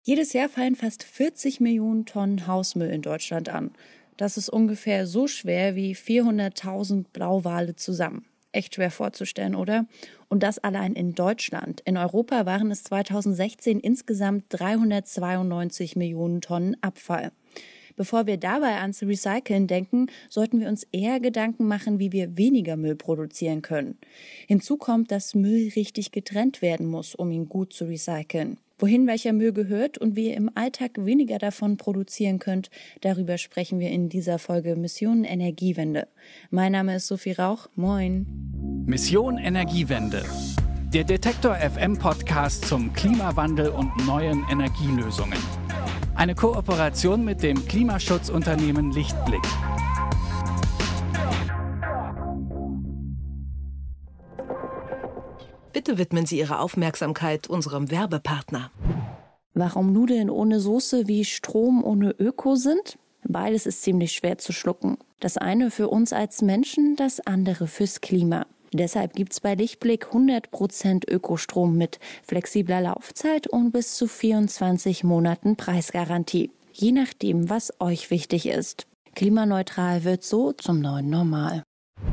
Jedes Jahr fallen fast 40 Millionen Tonnen Hausmüll in Deutschland an. Das ist ungefähr so schwer wie 400.000 Blauwale zusammen. Echt schwer vorzustellen, oder? Und das allein in Deutschland. In Europa waren es 2016 insgesamt 392 Millionen Tonnen Abfall. Bevor wir dabei ans Recyceln denken, sollten wir uns eher Gedanken machen, wie wir weniger Müll produzieren können. Hinzu kommt, dass Müll richtig getrennt werden muss, um ihn gut zu recyceln. Wohin welcher Müll gehört und wie ihr im Alltag weniger davon produzieren könnt, darüber sprechen wir in dieser Folge Mission Energiewende. Mein Name ist Sophie Rauch. Moin. Mission Energiewende. Der Detektor FM Podcast zum Klimawandel und neuen Energielösungen. Eine Kooperation mit dem Klimaschutzunternehmen Lichtblick. Bitte widmen Sie Ihre Aufmerksamkeit unserem Werbepartner. Warum Nudeln ohne Soße wie Strom ohne Öko sind? Beides ist ziemlich schwer zu schlucken. Das eine für uns als Menschen, das andere fürs Klima. Deshalb gibt's bei Lichtblick 100% Ökostrom mit flexibler Laufzeit und bis zu 24 Monaten Preisgarantie. Je nachdem, was euch wichtig ist. Klimaneutral wird so zum neuen Normal.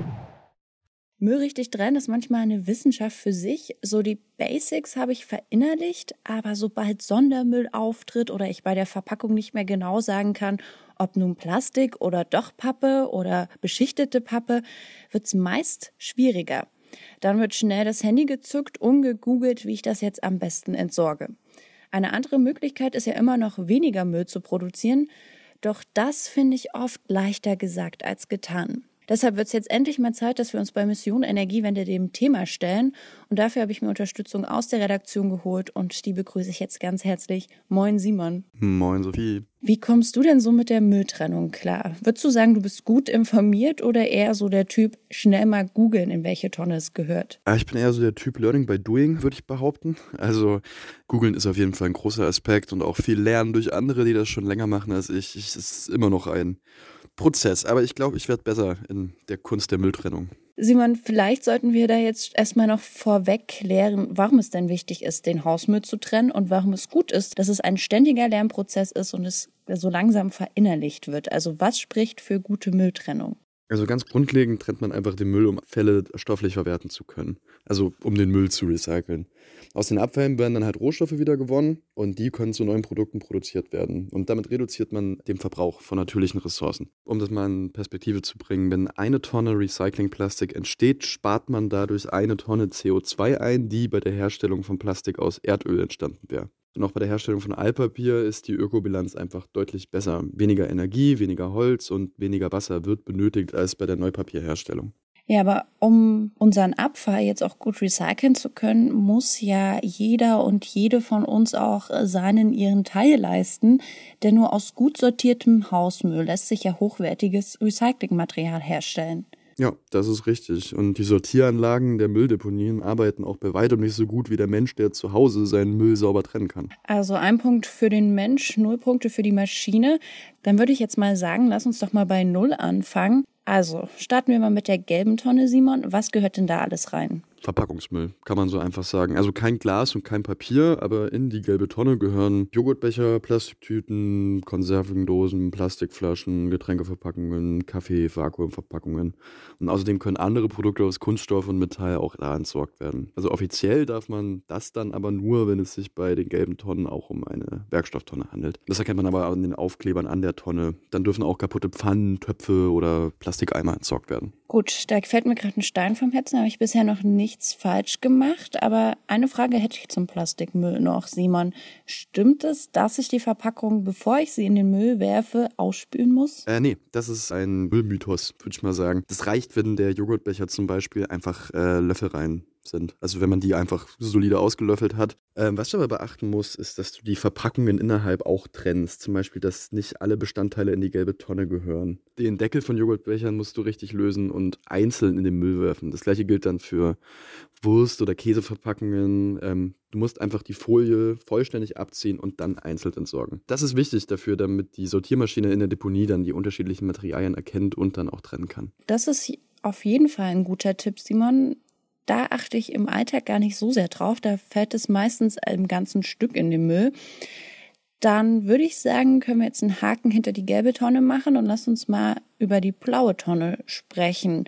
Müll richtig trennen ist manchmal eine Wissenschaft für sich. So die Basics habe ich verinnerlicht, aber sobald Sondermüll auftritt oder ich bei der Verpackung nicht mehr genau sagen kann, ob nun Plastik oder doch Pappe oder beschichtete Pappe, wird's meist schwieriger. Dann wird schnell das Handy gezückt und gegoogelt, wie ich das jetzt am besten entsorge. Eine andere Möglichkeit ist ja immer noch weniger Müll zu produzieren, doch das finde ich oft leichter gesagt als getan. Deshalb wird es jetzt endlich mal Zeit, dass wir uns bei Mission Energiewende dem Thema stellen. Und dafür habe ich mir Unterstützung aus der Redaktion geholt und die begrüße ich jetzt ganz herzlich. Moin Simon. Moin Sophie. Wie kommst du denn so mit der Mülltrennung klar? Würdest du sagen, du bist gut informiert oder eher so der Typ, schnell mal googeln, in welche Tonne es gehört? Ich bin eher so der Typ Learning by Doing, würde ich behaupten. Also googeln ist auf jeden Fall ein großer Aspekt und auch viel lernen durch andere, die das schon länger machen als ich. Es ist immer noch ein Prozess, aber ich glaube, ich werde besser in der Kunst der Mülltrennung. Simon, vielleicht sollten wir da jetzt erstmal noch vorweg klären, warum es denn wichtig ist, den Hausmüll zu trennen und warum es gut ist, dass es ein ständiger Lernprozess ist und es so langsam verinnerlicht wird. Also was spricht für gute Mülltrennung? Also ganz grundlegend trennt man einfach den Müll, um Abfälle stofflich verwerten zu können. Also um den Müll zu recyceln. Aus den Abfällen werden dann halt Rohstoffe wieder gewonnen und die können zu neuen Produkten produziert werden. Und damit reduziert man den Verbrauch von natürlichen Ressourcen. Um das mal in Perspektive zu bringen, wenn 1 Tonne Recyclingplastik entsteht, spart man dadurch 1 Tonne CO2 ein, die bei der Herstellung von Plastik aus Erdöl entstanden wäre. Und auch bei der Herstellung von Altpapier ist die Ökobilanz einfach deutlich besser. Weniger Energie, weniger Holz und weniger Wasser wird benötigt als bei der Neupapierherstellung. Ja, aber um unseren Abfall jetzt auch gut recyceln zu können, muss ja jeder und jede von uns auch ihren Teil leisten. Denn nur aus gut sortiertem Hausmüll lässt sich ja hochwertiges Recyclingmaterial herstellen. Ja, das ist richtig. Und die Sortieranlagen der Mülldeponien arbeiten auch bei weitem nicht so gut wie der Mensch, der zu Hause seinen Müll sauber trennen kann. Also 1 Punkt für den Mensch, 0 Punkte für die Maschine. Dann würde ich jetzt mal sagen, lass uns doch mal bei 0 anfangen. Also starten wir mal mit der gelben Tonne, Simon. Was gehört denn da alles rein? Verpackungsmüll, kann man so einfach sagen. Also kein Glas und kein Papier, aber in die gelbe Tonne gehören Joghurtbecher, Plastiktüten, Konservendosen, Plastikflaschen, Getränkeverpackungen, Kaffee, Vakuumverpackungen. Und außerdem können andere Produkte aus Kunststoff und Metall auch da entsorgt werden. Also offiziell darf man das dann aber nur, wenn es sich bei den gelben Tonnen auch um eine Werkstofftonne handelt. Das erkennt man aber an den Aufklebern an der Tonne. Dann dürfen auch kaputte Pfannen, Töpfe oder Plastikeimer entsorgt werden. Gut, da fällt mir gerade ein Stein vom Herzen, habe ich bisher noch nichts falsch gemacht. Aber eine Frage hätte ich zum Plastikmüll noch, Simon. Stimmt es, dass ich die Verpackung, bevor ich sie in den Müll werfe, ausspülen muss? Nee, das ist ein Müllmythos, würde ich mal sagen. Das reicht, wenn der Joghurtbecher zum Beispiel einfach Löffel rein sind. Also wenn man die einfach solide ausgelöffelt hat. Was du aber beachten musst, ist, dass du die Verpackungen innerhalb auch trennst. Zum Beispiel, dass nicht alle Bestandteile in die gelbe Tonne gehören. Den Deckel von Joghurtbechern musst du richtig lösen und einzeln in den Müll werfen. Das gleiche gilt dann für Wurst- oder Käseverpackungen. Du musst einfach die Folie vollständig abziehen und dann einzeln entsorgen. Das ist wichtig dafür, damit die Sortiermaschine in der Deponie dann die unterschiedlichen Materialien erkennt und dann auch trennen kann. Das ist auf jeden Fall ein guter Tipp, Simon. Da achte ich im Alltag gar nicht so sehr drauf. Da fällt es meistens im ganzen Stück in den Müll. Dann würde ich sagen, können wir jetzt einen Haken hinter die gelbe Tonne machen und lass uns mal über die blaue Tonne sprechen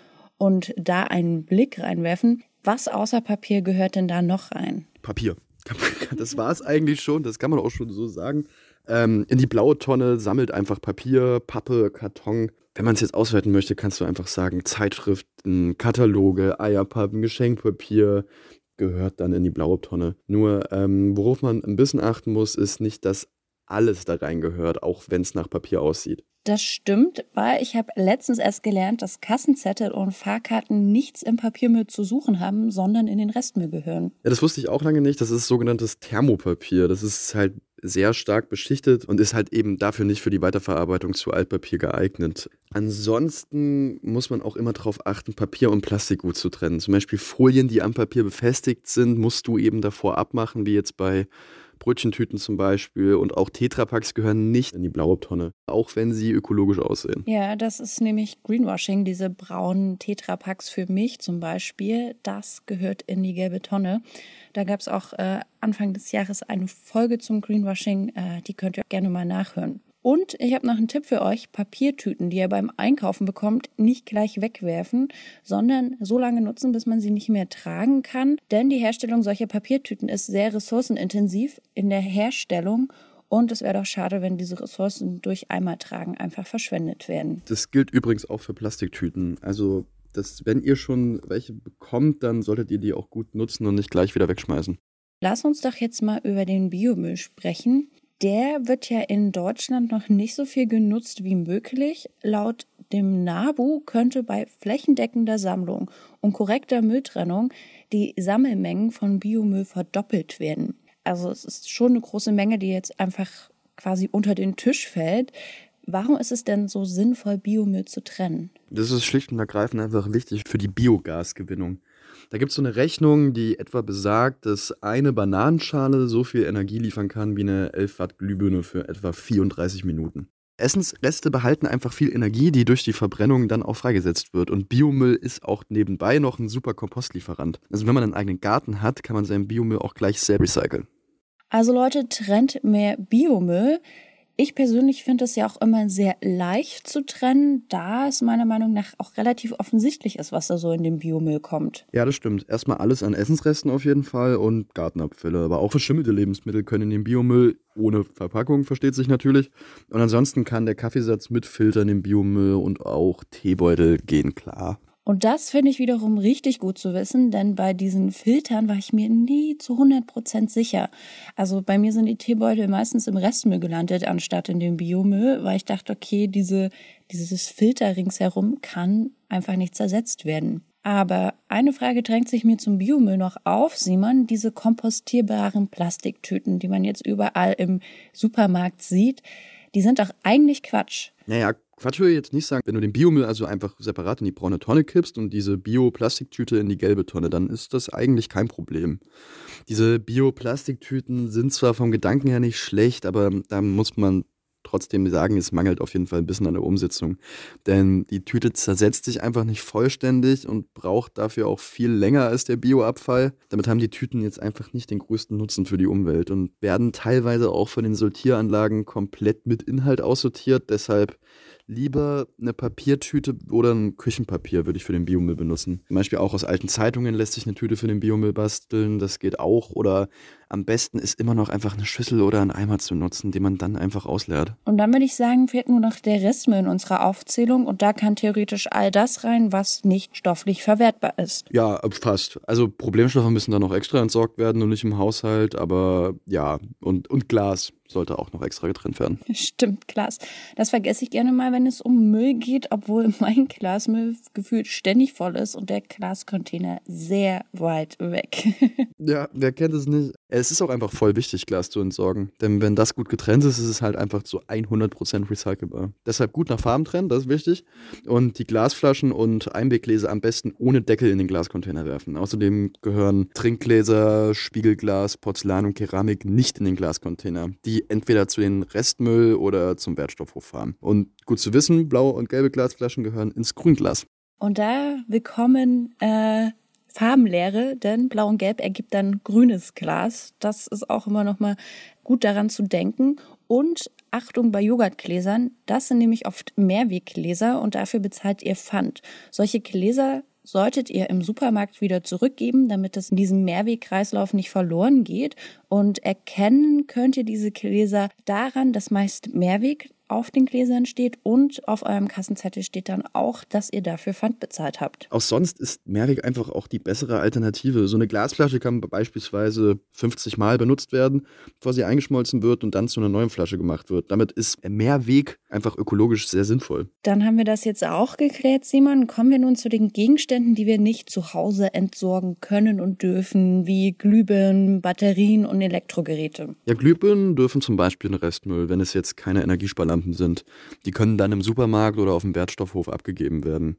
und da einen Blick reinwerfen. Was außer Papier gehört denn da noch rein? Papier. Das war es eigentlich schon, das kann man auch schon so sagen. In die blaue Tonne sammelt einfach Papier, Pappe, Karton. Wenn man es jetzt auswerten möchte, kannst du einfach sagen, Zeitschriften, Kataloge, Eierpappen, Geschenkpapier gehört dann in die blaue Tonne. Nur worauf man ein bisschen achten muss, ist nicht, dass alles da reingehört, auch wenn es nach Papier aussieht. Das stimmt, weil ich habe letztens erst gelernt, dass Kassenzettel und Fahrkarten nichts im Papiermüll zu suchen haben, sondern in den Restmüll gehören. Ja, das wusste ich auch lange nicht. Das ist sogenanntes Thermopapier. Das ist halt sehr stark beschichtet und ist halt eben dafür nicht für die Weiterverarbeitung zu Altpapier geeignet. Ansonsten muss man auch immer darauf achten, Papier und Plastik gut zu trennen. Zum Beispiel Folien, die am Papier befestigt sind, musst du eben davor abmachen, wie jetzt bei Brötchentüten zum Beispiel, und auch Tetrapacks gehören nicht in die blaue Tonne, auch wenn sie ökologisch aussehen. Ja, das ist nämlich Greenwashing, diese braunen Tetrapacks für Milch zum Beispiel, das gehört in die gelbe Tonne. Da gab es auch Anfang des Jahres eine Folge zum Greenwashing, die könnt ihr gerne mal nachhören. Und ich habe noch einen Tipp für euch, Papiertüten, die ihr beim Einkaufen bekommt, nicht gleich wegwerfen, sondern so lange nutzen, bis man sie nicht mehr tragen kann. Denn die Herstellung solcher Papiertüten ist sehr ressourcenintensiv in der Herstellung und es wäre doch schade, wenn diese Ressourcen durch Eimertragen einfach verschwendet werden. Das gilt übrigens auch für Plastiktüten. Also, wenn ihr schon welche bekommt, dann solltet ihr die auch gut nutzen und nicht gleich wieder wegschmeißen. Lass uns doch jetzt mal über den Biomüll sprechen. Der wird ja in Deutschland noch nicht so viel genutzt wie möglich. Laut dem NABU könnte bei flächendeckender Sammlung und korrekter Mülltrennung die Sammelmengen von Biomüll verdoppelt werden. Also es ist schon eine große Menge, die jetzt einfach quasi unter den Tisch fällt. Warum ist es denn so sinnvoll, Biomüll zu trennen? Das ist schlicht und ergreifend einfach wichtig für die Biogasgewinnung. Da gibt es so eine Rechnung, die etwa besagt, dass eine Bananenschale so viel Energie liefern kann wie eine 11 Watt Glühbirne für etwa 34 Minuten. Essensreste behalten einfach viel Energie, die durch die Verbrennung dann auch freigesetzt wird. Und Biomüll ist auch nebenbei noch ein super Kompostlieferant. Also wenn man einen eigenen Garten hat, kann man seinen Biomüll auch gleich selbst recyceln. Also Leute, trennt mehr Biomüll. Ich persönlich finde es ja auch immer sehr leicht zu trennen, da es meiner Meinung nach auch relativ offensichtlich ist, was da so in den Biomüll kommt. Ja, das stimmt. Erstmal alles an Essensresten auf jeden Fall und Gartenabfälle. Aber auch verschimmelte Lebensmittel können in den Biomüll, ohne Verpackung, versteht sich natürlich. Und ansonsten kann der Kaffeesatz mit Filtern in den Biomüll und auch Teebeutel gehen klar. Und das finde ich wiederum richtig gut zu wissen, denn bei diesen Filtern war ich mir nie zu 100% sicher. Also bei mir sind die Teebeutel meistens im Restmüll gelandet, anstatt in dem Biomüll, weil ich dachte, okay, dieses Filter ringsherum kann einfach nicht zersetzt werden. Aber eine Frage drängt sich mir zum Biomüll noch auf, Simon, diese kompostierbaren Plastiktüten, die man jetzt überall im Supermarkt sieht, die sind doch eigentlich Quatsch. Naja, Quatsch würde ich jetzt nicht sagen. Wenn du den Biomüll also einfach separat in die braune Tonne kippst und diese Bio-Plastiktüte in die gelbe Tonne, dann ist das eigentlich kein Problem. Diese Bio-Plastiktüten sind zwar vom Gedanken her nicht schlecht, aber da muss man trotzdem sagen, es mangelt auf jeden Fall ein bisschen an der Umsetzung. Denn die Tüte zersetzt sich einfach nicht vollständig und braucht dafür auch viel länger als der Bioabfall. Damit haben die Tüten jetzt einfach nicht den größten Nutzen für die Umwelt und werden teilweise auch von den Sortieranlagen komplett mit Inhalt aussortiert. Deshalb lieber eine Papiertüte oder ein Küchenpapier würde ich für den Biomüll benutzen. Zum Beispiel auch aus alten Zeitungen lässt sich eine Tüte für den Biomüll basteln, das geht auch. Oder am besten ist immer noch einfach eine Schüssel oder einen Eimer zu nutzen, den man dann einfach ausleert. Und dann würde ich sagen, fehlt nur noch der Restmüll in unserer Aufzählung und da kann theoretisch all das rein, was nicht stofflich verwertbar ist. Ja, fast. Also Problemstoffe müssen dann noch extra entsorgt werden und nicht im Haushalt, aber ja, und Glas sollte auch noch extra getrennt werden. Stimmt, Glas. Das vergesse ich gerne mal, wenn es um Müll geht, obwohl mein Glasmüll gefühlt ständig voll ist und der Glascontainer sehr weit weg. Ja, wer kennt es nicht? Es ist auch einfach voll wichtig, Glas zu entsorgen. Denn wenn das gut getrennt ist, ist es halt einfach zu 100% recycelbar. Deshalb gut nach Farben trennen, das ist wichtig. Und die Glasflaschen und Einweggläser am besten ohne Deckel in den Glascontainer werfen. Außerdem gehören Trinkgläser, Spiegelglas, Porzellan und Keramik nicht in den Glascontainer, die entweder zu den Restmüll oder zum Wertstoffhof fahren. Und gut zu wissen, blaue und gelbe Glasflaschen gehören ins Grünglas. Und da willkommen Farbenlehre, denn Blau und Gelb ergibt dann grünes Glas. Das ist auch immer noch mal gut daran zu denken. Und Achtung bei Joghurtgläsern, das sind nämlich oft Mehrweggläser und dafür bezahlt ihr Pfand. Solche Gläser solltet ihr im Supermarkt wieder zurückgeben, damit es in diesem Mehrwegkreislauf nicht verloren geht. Und erkennen könnt ihr diese Gläser daran, dass meist Mehrweg auf den Gläsern steht und auf eurem Kassenzettel steht dann auch, dass ihr dafür Pfand bezahlt habt. Auch sonst ist Mehrweg einfach auch die bessere Alternative. So eine Glasflasche kann beispielsweise 50 Mal benutzt werden, bevor sie eingeschmolzen wird und dann zu einer neuen Flasche gemacht wird. Damit ist Mehrweg einfach ökologisch sehr sinnvoll. Dann haben wir das jetzt auch geklärt, Simon. Kommen wir nun zu den Gegenständen, die wir nicht zu Hause entsorgen können und dürfen, wie Glühbirnen, Batterien und Elektrogeräte. Ja, Glühbirnen dürfen zum Beispiel in Restmüll, wenn es jetzt keine Energiesparlampen sind. Die können dann im Supermarkt oder auf dem Wertstoffhof abgegeben werden.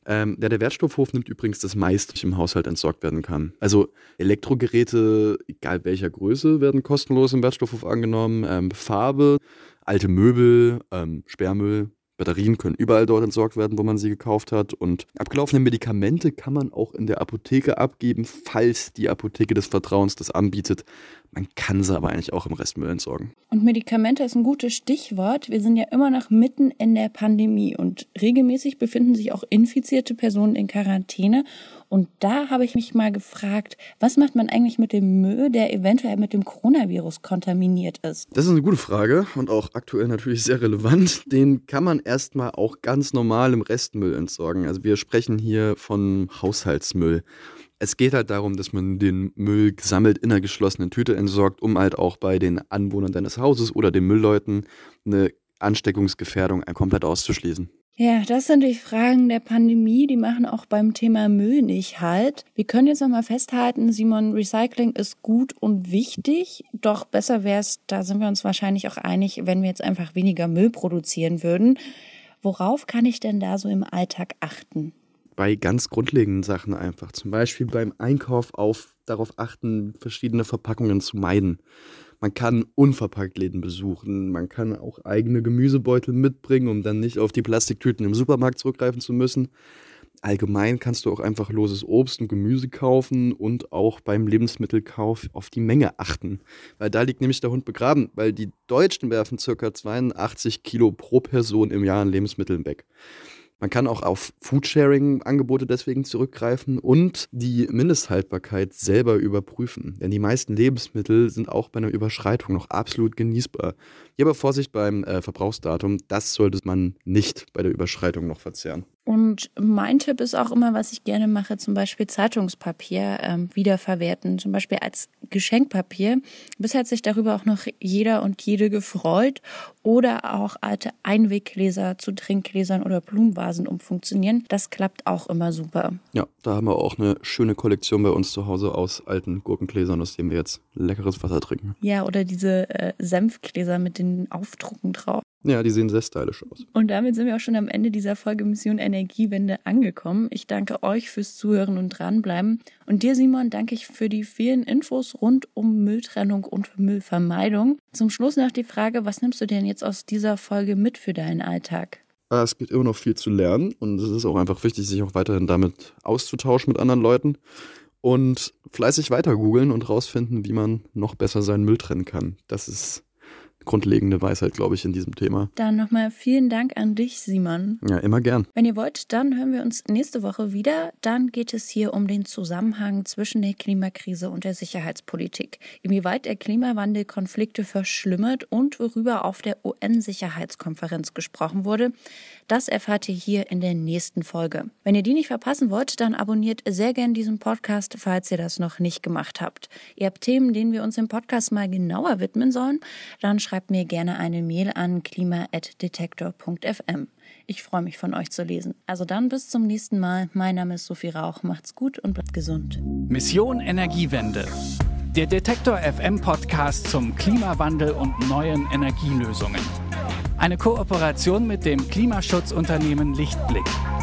Der Wertstoffhof nimmt übrigens das meiste, was im Haushalt entsorgt werden kann. Also Elektrogeräte, egal welcher Größe, werden kostenlos im Wertstoffhof angenommen. Farbe, alte Möbel, Sperrmüll, Batterien können überall dort entsorgt werden, wo man sie gekauft hat. Und abgelaufene Medikamente kann man auch in der Apotheke abgeben, falls die Apotheke des Vertrauens das anbietet. Man kann sie aber eigentlich auch im Restmüll entsorgen. Und Medikamente ist ein gutes Stichwort. Wir sind ja immer noch mitten in der Pandemie und regelmäßig befinden sich auch infizierte Personen in Quarantäne. Und da habe ich mich mal gefragt, was macht man eigentlich mit dem Müll, der eventuell mit dem Coronavirus kontaminiert ist? Das ist eine gute Frage und auch aktuell natürlich sehr relevant. Den kann man erstmal auch ganz normal im Restmüll entsorgen. Also wir sprechen hier von Haushaltsmüll. Es geht halt darum, dass man den Müll gesammelt in einer geschlossenen Tüte entsorgt, um halt auch bei den Anwohnern deines Hauses oder den Müllleuten eine Ansteckungsgefährdung komplett auszuschließen. Ja, das sind die Fragen der Pandemie, die machen auch beim Thema Müll nicht halt. Wir können jetzt nochmal festhalten, Simon, Recycling ist gut und wichtig, doch besser wäre es, da sind wir uns wahrscheinlich auch einig, wenn wir jetzt einfach weniger Müll produzieren würden. Worauf kann ich denn da so im Alltag achten? Bei ganz grundlegenden Sachen einfach. Zum Beispiel beim Einkauf darauf achten, verschiedene Verpackungen zu meiden. Man kann Unverpacktläden besuchen, man kann auch eigene Gemüsebeutel mitbringen, um dann nicht auf die Plastiktüten im Supermarkt zurückgreifen zu müssen. Allgemein kannst du auch einfach loses Obst und Gemüse kaufen und auch beim Lebensmittelkauf auf die Menge achten. Weil da liegt nämlich der Hund begraben, weil die Deutschen werfen ca. 82 Kilo pro Person im Jahr an Lebensmitteln weg. Man kann auch auf Foodsharing-Angebote deswegen zurückgreifen und die Mindesthaltbarkeit selber überprüfen. Denn die meisten Lebensmittel sind auch bei einer Überschreitung noch absolut genießbar. Hier aber Vorsicht beim Verbrauchsdatum, das sollte man nicht bei der Überschreitung noch verzehren. Und mein Tipp ist auch immer, was ich gerne mache, zum Beispiel Zeitungspapier wiederverwerten, zum Beispiel als Geschenkpapier. Bisher hat sich darüber auch noch jeder und jede gefreut. Oder auch alte Einweggläser zu Trinkgläsern oder Blumenvasen umfunktionieren. Das klappt auch immer super. Ja, da haben wir auch eine schöne Kollektion bei uns zu Hause aus alten Gurkengläsern, aus denen wir jetzt leckeres Wasser trinken. Ja, oder diese Senfgläser mit den Aufdrucken drauf. Ja, die sehen sehr stylisch aus. Und damit sind wir auch schon am Ende dieser Folge Mission Energiewende angekommen. Ich danke euch fürs Zuhören und Dranbleiben. Und dir, Simon, danke ich für die vielen Infos rund um Mülltrennung und Müllvermeidung. Zum Schluss noch die Frage, was nimmst du denn jetzt aus dieser Folge mit für deinen Alltag? Es gibt immer noch viel zu lernen und es ist auch einfach wichtig, sich auch weiterhin damit auszutauschen mit anderen Leuten und fleißig weiter googeln und rausfinden, wie man noch besser seinen Müll trennen kann. Das ist grundlegende Weisheit, glaube ich, in diesem Thema. Dann nochmal vielen Dank an dich, Simon. Ja, immer gern. Wenn ihr wollt, dann hören wir uns nächste Woche wieder. Dann geht es hier um den Zusammenhang zwischen der Klimakrise und der Sicherheitspolitik. Inwieweit der Klimawandel Konflikte verschlimmert und worüber auf der UN-Sicherheitskonferenz gesprochen wurde, das erfahrt ihr hier in der nächsten Folge. Wenn ihr die nicht verpassen wollt, dann abonniert sehr gern diesen Podcast, falls ihr das noch nicht gemacht habt. Ihr habt Themen, denen wir uns im Podcast mal genauer widmen sollen, dann schreibt mir gerne eine Mail an klima@detektor.fm. Ich freue mich, von euch zu lesen. Also dann bis zum nächsten Mal. Mein Name ist Sophie Rauch. Macht's gut und bleibt gesund. Mission Energiewende. Der Detektor FM Podcast zum Klimawandel und neuen Energielösungen. Eine Kooperation mit dem Klimaschutzunternehmen Lichtblick.